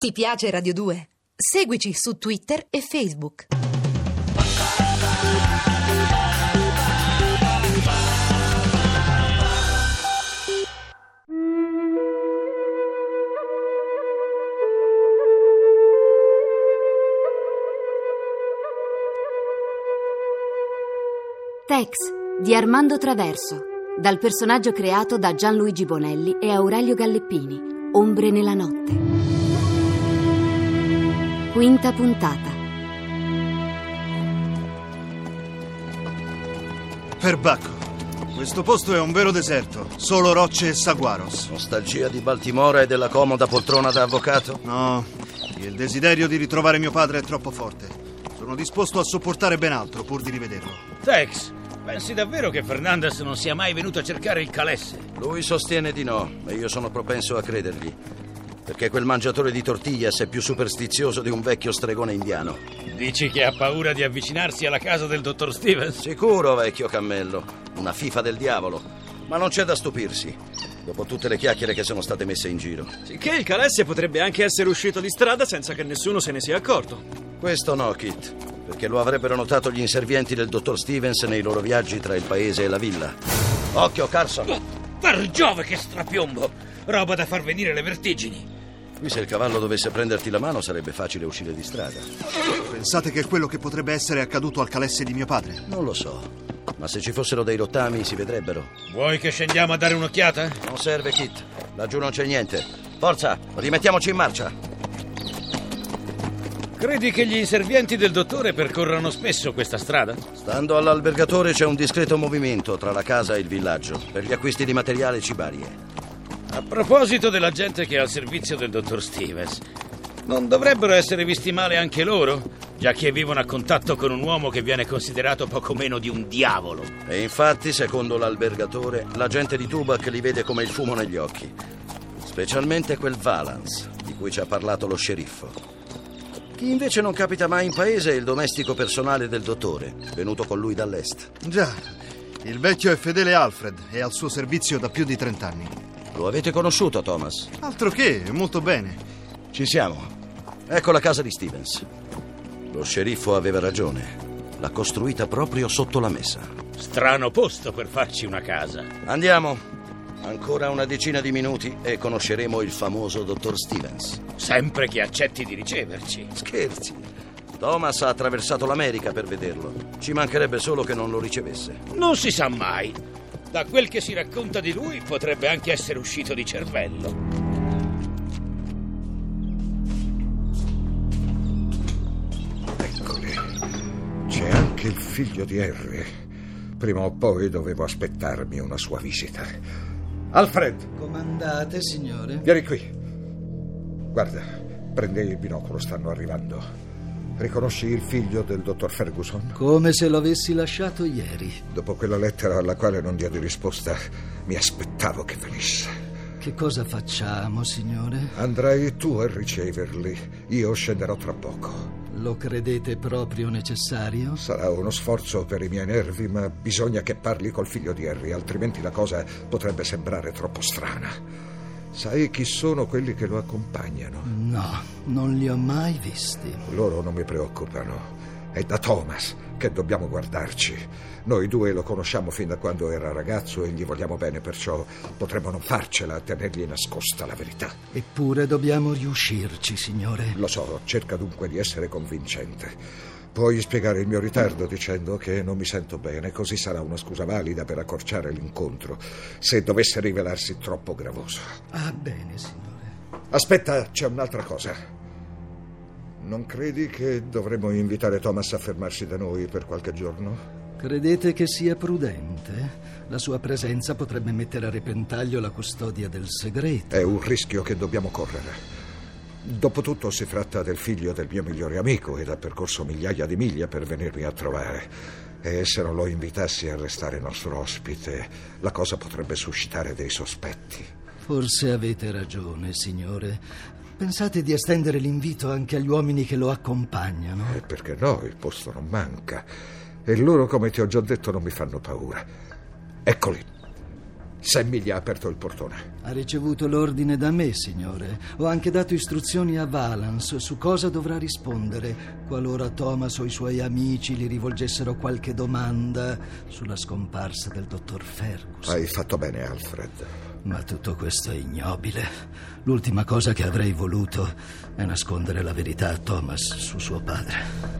Ti piace Radio 2? Seguici su Twitter e Facebook. Tex di Armando Traverso, dal personaggio creato da Gianluigi Bonelli e Aurelio Galleppini. Ombre nella notte. Quinta puntata. Perbacco, questo posto è un vero deserto, solo rocce e saguaros. Nostalgia di Baltimora e della comoda poltrona da avvocato? No, il desiderio di ritrovare mio padre è troppo forte. Sono disposto a sopportare ben altro pur di rivederlo. Tex, pensi davvero che Fernandez non sia mai venuto a cercare il Calesse? Lui sostiene di no, e io sono propenso a credergli. Perché quel mangiatore di tortillas è più superstizioso di un vecchio stregone indiano. Dici che ha paura di avvicinarsi alla casa del dottor Stevens? Sicuro, vecchio cammello. Una fifa del diavolo. Ma non c'è da stupirsi, dopo tutte le chiacchiere che sono state messe in giro. Sicché il Calesse potrebbe anche essere uscito di strada senza che nessuno se ne sia accorto. Questo no, Kit, perché lo avrebbero notato gli inservienti del dottor Stevens nei loro viaggi tra il paese e la villa. Occhio, Carson! Oh, per Giove, che strapiombo! Roba da far venire le vertigini. Qui se il cavallo dovesse prenderti la mano sarebbe facile uscire di strada. Pensate che è quello che potrebbe essere accaduto al Calesse di mio padre? Non lo so, ma se ci fossero dei rottami si vedrebbero. Vuoi che scendiamo a dare un'occhiata? Non serve, Kit. Laggiù non c'è niente. Forza, rimettiamoci in marcia. Credi che gli inservienti del dottore percorrano spesso questa strada? Stando all'albergatore c'è un discreto movimento tra la casa e il villaggio per gli acquisti di materiale e cibarie. A proposito della gente che è al servizio del dottor Stevens, non dovrebbero essere visti male anche loro, già che vivono a contatto con un uomo che viene considerato poco meno di un diavolo? E infatti, secondo l'albergatore, la gente di Tubac li vede come il fumo negli occhi. Specialmente quel Valance, di cui ci ha parlato lo sceriffo. Chi invece non capita mai in paese è il domestico personale del dottore, venuto con lui dall'est. Già, il vecchio è fedele Alfred, è al suo servizio da più di 30 anni. Lo avete conosciuto, Thomas? Altro che, molto bene. Ci siamo. Ecco la casa di Stevens. Lo sceriffo aveva ragione. L'ha costruita proprio sotto la messa. Strano posto per farci una casa. Andiamo. Ancora una decina di minuti e conosceremo il famoso dottor Stevens. Sempre che accetti di riceverci. Scherzi. Thomas ha attraversato l'America per vederlo. Ci mancherebbe solo che non lo ricevesse. Non si sa mai. Da quel che si racconta di lui potrebbe anche essere uscito di cervello. Eccoli. C'è anche il figlio di Harry. Prima o poi dovevo aspettarmi una sua visita. Alfred! Comandate, signore? Vieni qui. Guarda, prendi il binocolo, stanno arrivando. Riconosci il figlio del dottor Ferguson? Come se lo avessi lasciato ieri. Dopo quella lettera alla quale non diedi risposta, mi aspettavo che venisse. Che cosa facciamo, signore? Andrai tu a riceverli. Io scenderò tra poco. Lo credete proprio necessario? Sarà uno sforzo per i miei nervi, ma bisogna che parli col figlio di Harry, altrimenti la cosa potrebbe sembrare troppo strana. Sai chi sono quelli che lo accompagnano? No, non li ho mai visti. Loro non mi preoccupano. È da Thomas che dobbiamo guardarci. Noi due lo conosciamo fin da quando era ragazzo e gli vogliamo bene, perciò potremmo non farcela a tenergli nascosta la verità. Eppure dobbiamo riuscirci, signore. Lo so, cerca dunque di essere convincente. Puoi spiegare il mio ritardo dicendo che non mi sento bene, così sarà una scusa valida per accorciare l'incontro, se dovesse rivelarsi troppo gravoso. Ah, bene, signore. Aspetta, c'è un'altra cosa. Non credi che dovremmo invitare Thomas a fermarsi da noi per qualche giorno? Credete che sia prudente? La sua presenza potrebbe mettere a repentaglio la custodia del segreto. È un rischio che dobbiamo correre. Dopotutto si tratta del figlio del mio migliore amico ed ha percorso migliaia di miglia per venirmi a trovare. E se non lo invitassi a restare nostro ospite, la cosa potrebbe suscitare dei sospetti. Forse avete ragione, signore. Pensate di estendere l'invito anche agli uomini che lo accompagnano? E perché no, il posto non manca. E loro, come ti ho già detto, non mi fanno paura. Eccoli. Sam mi gli ha aperto il portone. Ha ricevuto l'ordine da me, signore. Ho anche dato istruzioni a Valance su cosa dovrà rispondere qualora Thomas o i suoi amici gli rivolgessero qualche domanda sulla scomparsa del dottor Ferguson. Hai fatto bene, Alfred. Ma tutto questo è ignobile. L'ultima cosa che avrei voluto è nascondere la verità a Thomas su suo padre.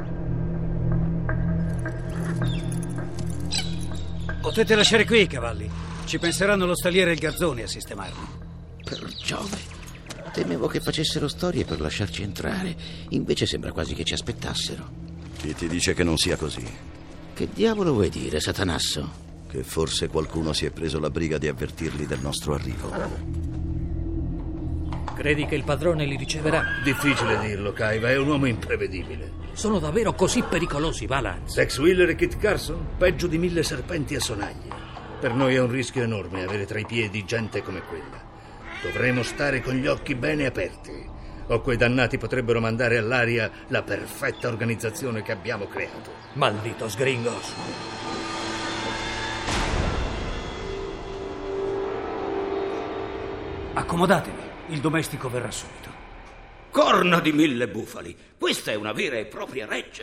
Potete lasciare qui i cavalli. Ci penseranno lo staliere e il garzone a sistemarli. Per Giove, temevo che facessero storie per lasciarci entrare. Invece sembra quasi che ci aspettassero. Chi ti dice che non sia così? Che diavolo vuoi dire, Satanasso? Che forse qualcuno si è preso la briga di avvertirli del nostro arrivo. Credi che il padrone li riceverà? Difficile dirlo, Kaiva, è un uomo imprevedibile. Sono davvero così pericolosi, Valance? Tex Willer e Kit Carson? Peggio di 1000 serpenti a sonagli. Per noi è un rischio enorme avere tra i piedi gente come quella. Dovremo stare con gli occhi bene aperti, o quei dannati potrebbero mandare all'aria la perfetta organizzazione che abbiamo creato. Malditos gringos! Accomodatevi, il domestico verrà subito. Corna di 1000 bufali! Questa è una vera e propria reggia!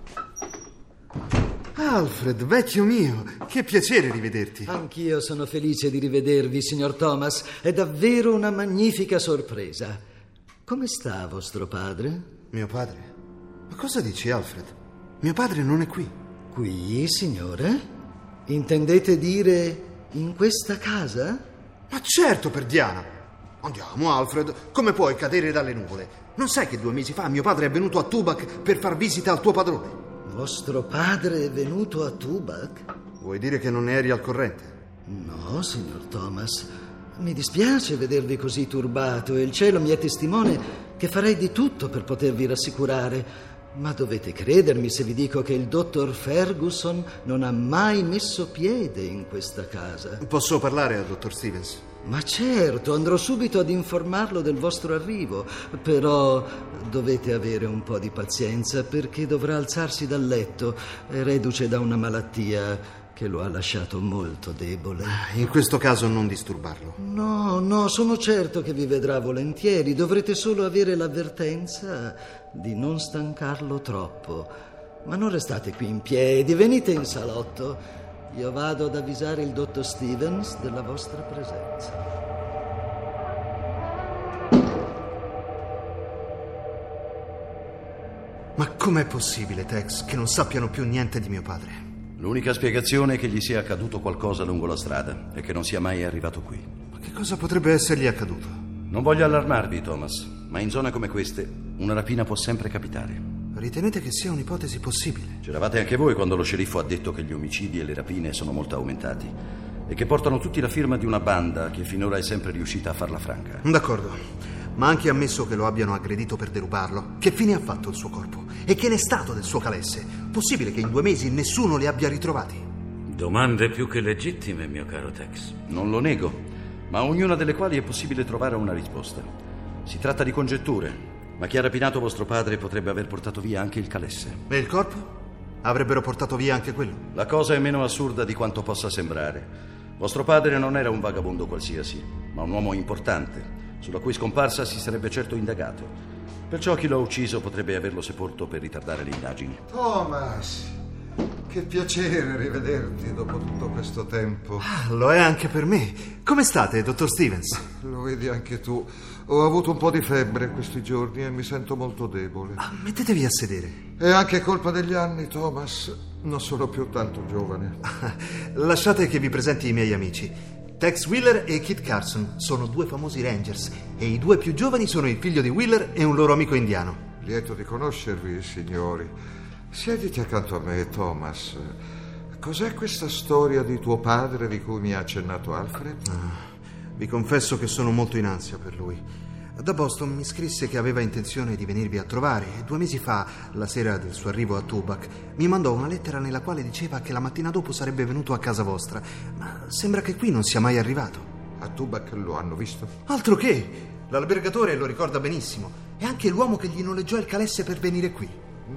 Alfred, vecchio mio, che piacere rivederti. Anch'io sono felice di rivedervi, signor Thomas. È davvero una magnifica sorpresa. Come sta vostro padre? Mio padre? Ma cosa dici, Alfred? Mio padre non è qui. Qui, signore? Intendete dire in questa casa? Ma certo, per Diana. Andiamo, Alfred. Come puoi cadere dalle nuvole? Non sai che 2 mesi fa mio padre è venuto a Tubac per far visita al tuo padrone? Vostro padre è venuto a Tubac? Vuoi dire che non ne eri al corrente? No, signor Thomas. Mi dispiace vedervi così turbato e il cielo mi è testimone che farei di tutto per potervi rassicurare. Ma dovete credermi se vi dico che il dottor Ferguson non ha mai messo piede in questa casa. Posso parlare al dottor Stevens? Ma certo, andrò subito ad informarlo del vostro arrivo, però dovete avere un po' di pazienza perché dovrà alzarsi dal letto, reduce da una malattia che lo ha lasciato molto debole. In questo caso non disturbarlo. No, sono certo che vi vedrà volentieri, dovrete solo avere l'avvertenza di non stancarlo troppo. Ma non restate qui in piedi, venite in salotto. Io vado ad avvisare il dottor Stevens della vostra presenza. Ma com'è possibile, Tex, che non sappiano più niente di mio padre? L'unica spiegazione è che gli sia accaduto qualcosa lungo la strada e che non sia mai arrivato qui. Ma che cosa potrebbe essergli accaduto? Non voglio allarmarvi, Thomas, ma in zone come queste una rapina può sempre capitare. Ritenete che sia un'ipotesi possibile? C'eravate anche voi quando lo sceriffo ha detto che gli omicidi e le rapine sono molto aumentati e che portano tutti la firma di una banda che finora è sempre riuscita a farla franca. D'accordo, ma anche ammesso che lo abbiano aggredito per derubarlo, che fine ha fatto il suo corpo? E che ne è stato del suo calesse? Possibile che in 2 mesi nessuno li abbia ritrovati? Domande più che legittime, mio caro Tex. Non lo nego, ma a ognuna delle quali è possibile trovare una risposta. Si tratta di congetture, ma chi ha rapinato vostro padre potrebbe aver portato via anche il calesse. E il corpo? Avrebbero portato via anche quello? La cosa è meno assurda di quanto possa sembrare. Vostro padre non era un vagabondo qualsiasi, ma un uomo importante, sulla cui scomparsa si sarebbe certo indagato. Perciò chi lo ha ucciso potrebbe averlo sepolto per ritardare le indagini. Thomas, che piacere rivederti dopo tutto questo tempo. Lo è anche per me. Come state, dottor Stevens? Lo vedi anche tu. Ho avuto un po' di febbre questi giorni e mi sento molto debole. Mettetevi a sedere. È anche colpa degli anni, Thomas. Non sono più tanto giovane. Lasciate che vi presenti i miei amici. Tex Willer e Kit Carson sono 2 famosi Rangers e i 2 più giovani sono il figlio di Willer e un loro amico indiano. Lieto di conoscervi, signori. Siediti accanto a me, Thomas. Cos'è questa storia di tuo padre di cui mi ha accennato Alfred? Vi confesso che sono molto in ansia per lui. Da Boston mi scrisse che aveva intenzione di venirvi a trovare e 2 mesi fa, la sera del suo arrivo a Tubac, mi mandò una lettera nella quale diceva che la mattina dopo sarebbe venuto a casa vostra, ma sembra che qui non sia mai arrivato. A Tubac lo hanno visto? Altro che! L'albergatore lo ricorda benissimo e anche l'uomo che gli noleggiò il calesse per venire qui.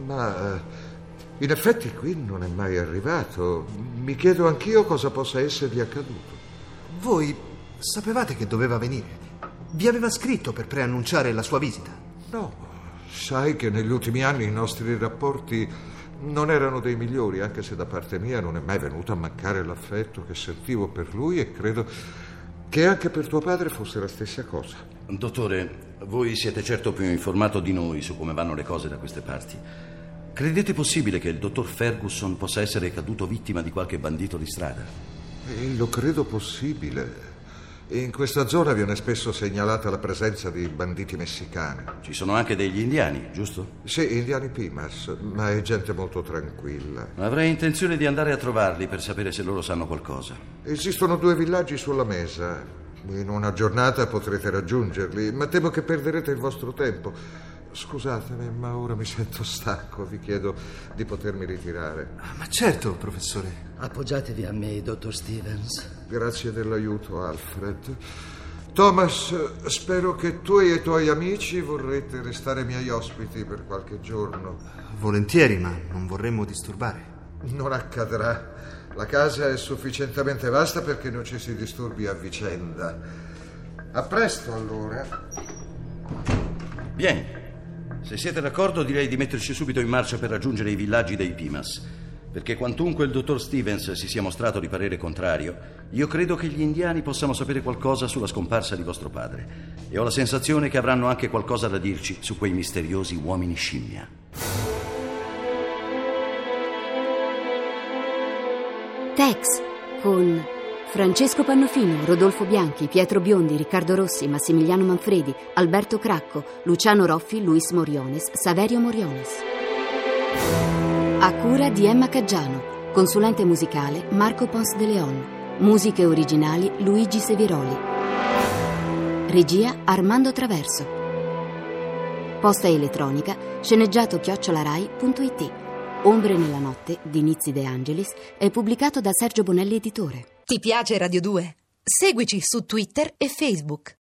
Ma in effetti qui non è mai arrivato. Mi chiedo anch'io cosa possa essergli accaduto. Voi sapevate che doveva venire? Vi aveva scritto per preannunciare la sua visita? No, sai che negli ultimi anni i nostri rapporti non erano dei migliori, anche se da parte mia non è mai venuto a mancare l'affetto che sentivo per lui e credo che anche per tuo padre fosse la stessa cosa. Dottore, voi siete certo più informato di noi su come vanno le cose da queste parti. Credete possibile che il dottor Ferguson possa essere caduto vittima di qualche bandito di strada? Lo credo possibile. In questa zona viene spesso segnalata la presenza di banditi messicani. Ci sono anche degli indiani, giusto? Sì, indiani Pimas, ma è gente molto tranquilla. Avrei intenzione di andare a trovarli per sapere se loro sanno qualcosa. Esistono 2 villaggi sulla mesa. In una giornata potrete raggiungerli, ma temo che perderete il vostro tempo. Scusatemi, ma ora mi sento stanco. Vi chiedo di potermi ritirare. Ma certo, professore. Appoggiatevi a me, dottor Stevens. Grazie dell'aiuto, Alfred. Thomas, spero che tu e i tuoi amici vorrete restare miei ospiti per qualche giorno. Volentieri, ma non vorremmo disturbare. Non accadrà. La casa è sufficientemente vasta perché non ci si disturbi a vicenda. A presto, allora. Bien. Se siete d'accordo, direi di metterci subito in marcia per raggiungere i villaggi dei Pimas. Perché quantunque il dottor Stevens si sia mostrato di parere contrario, io credo che gli indiani possano sapere qualcosa sulla scomparsa di vostro padre. E ho la sensazione che avranno anche qualcosa da dirci su quei misteriosi uomini scimmia. Tex, con Francesco Pannofino, Rodolfo Bianchi, Pietro Biondi, Riccardo Rossi, Massimiliano Manfredi, Alberto Cracco, Luciano Roffi, Luis Moriones, Saverio Moriones. A cura di Emma Caggiano, consulente musicale Marco Pons de Leon, musiche originali Luigi Seviroli, regia Armando Traverso, posta elettronica sceneggiato@rai.it. Ombre nella notte di Nizzi De Angelis è pubblicato da Sergio Bonelli Editore. Ti piace Radio 2? Seguici su Twitter e Facebook.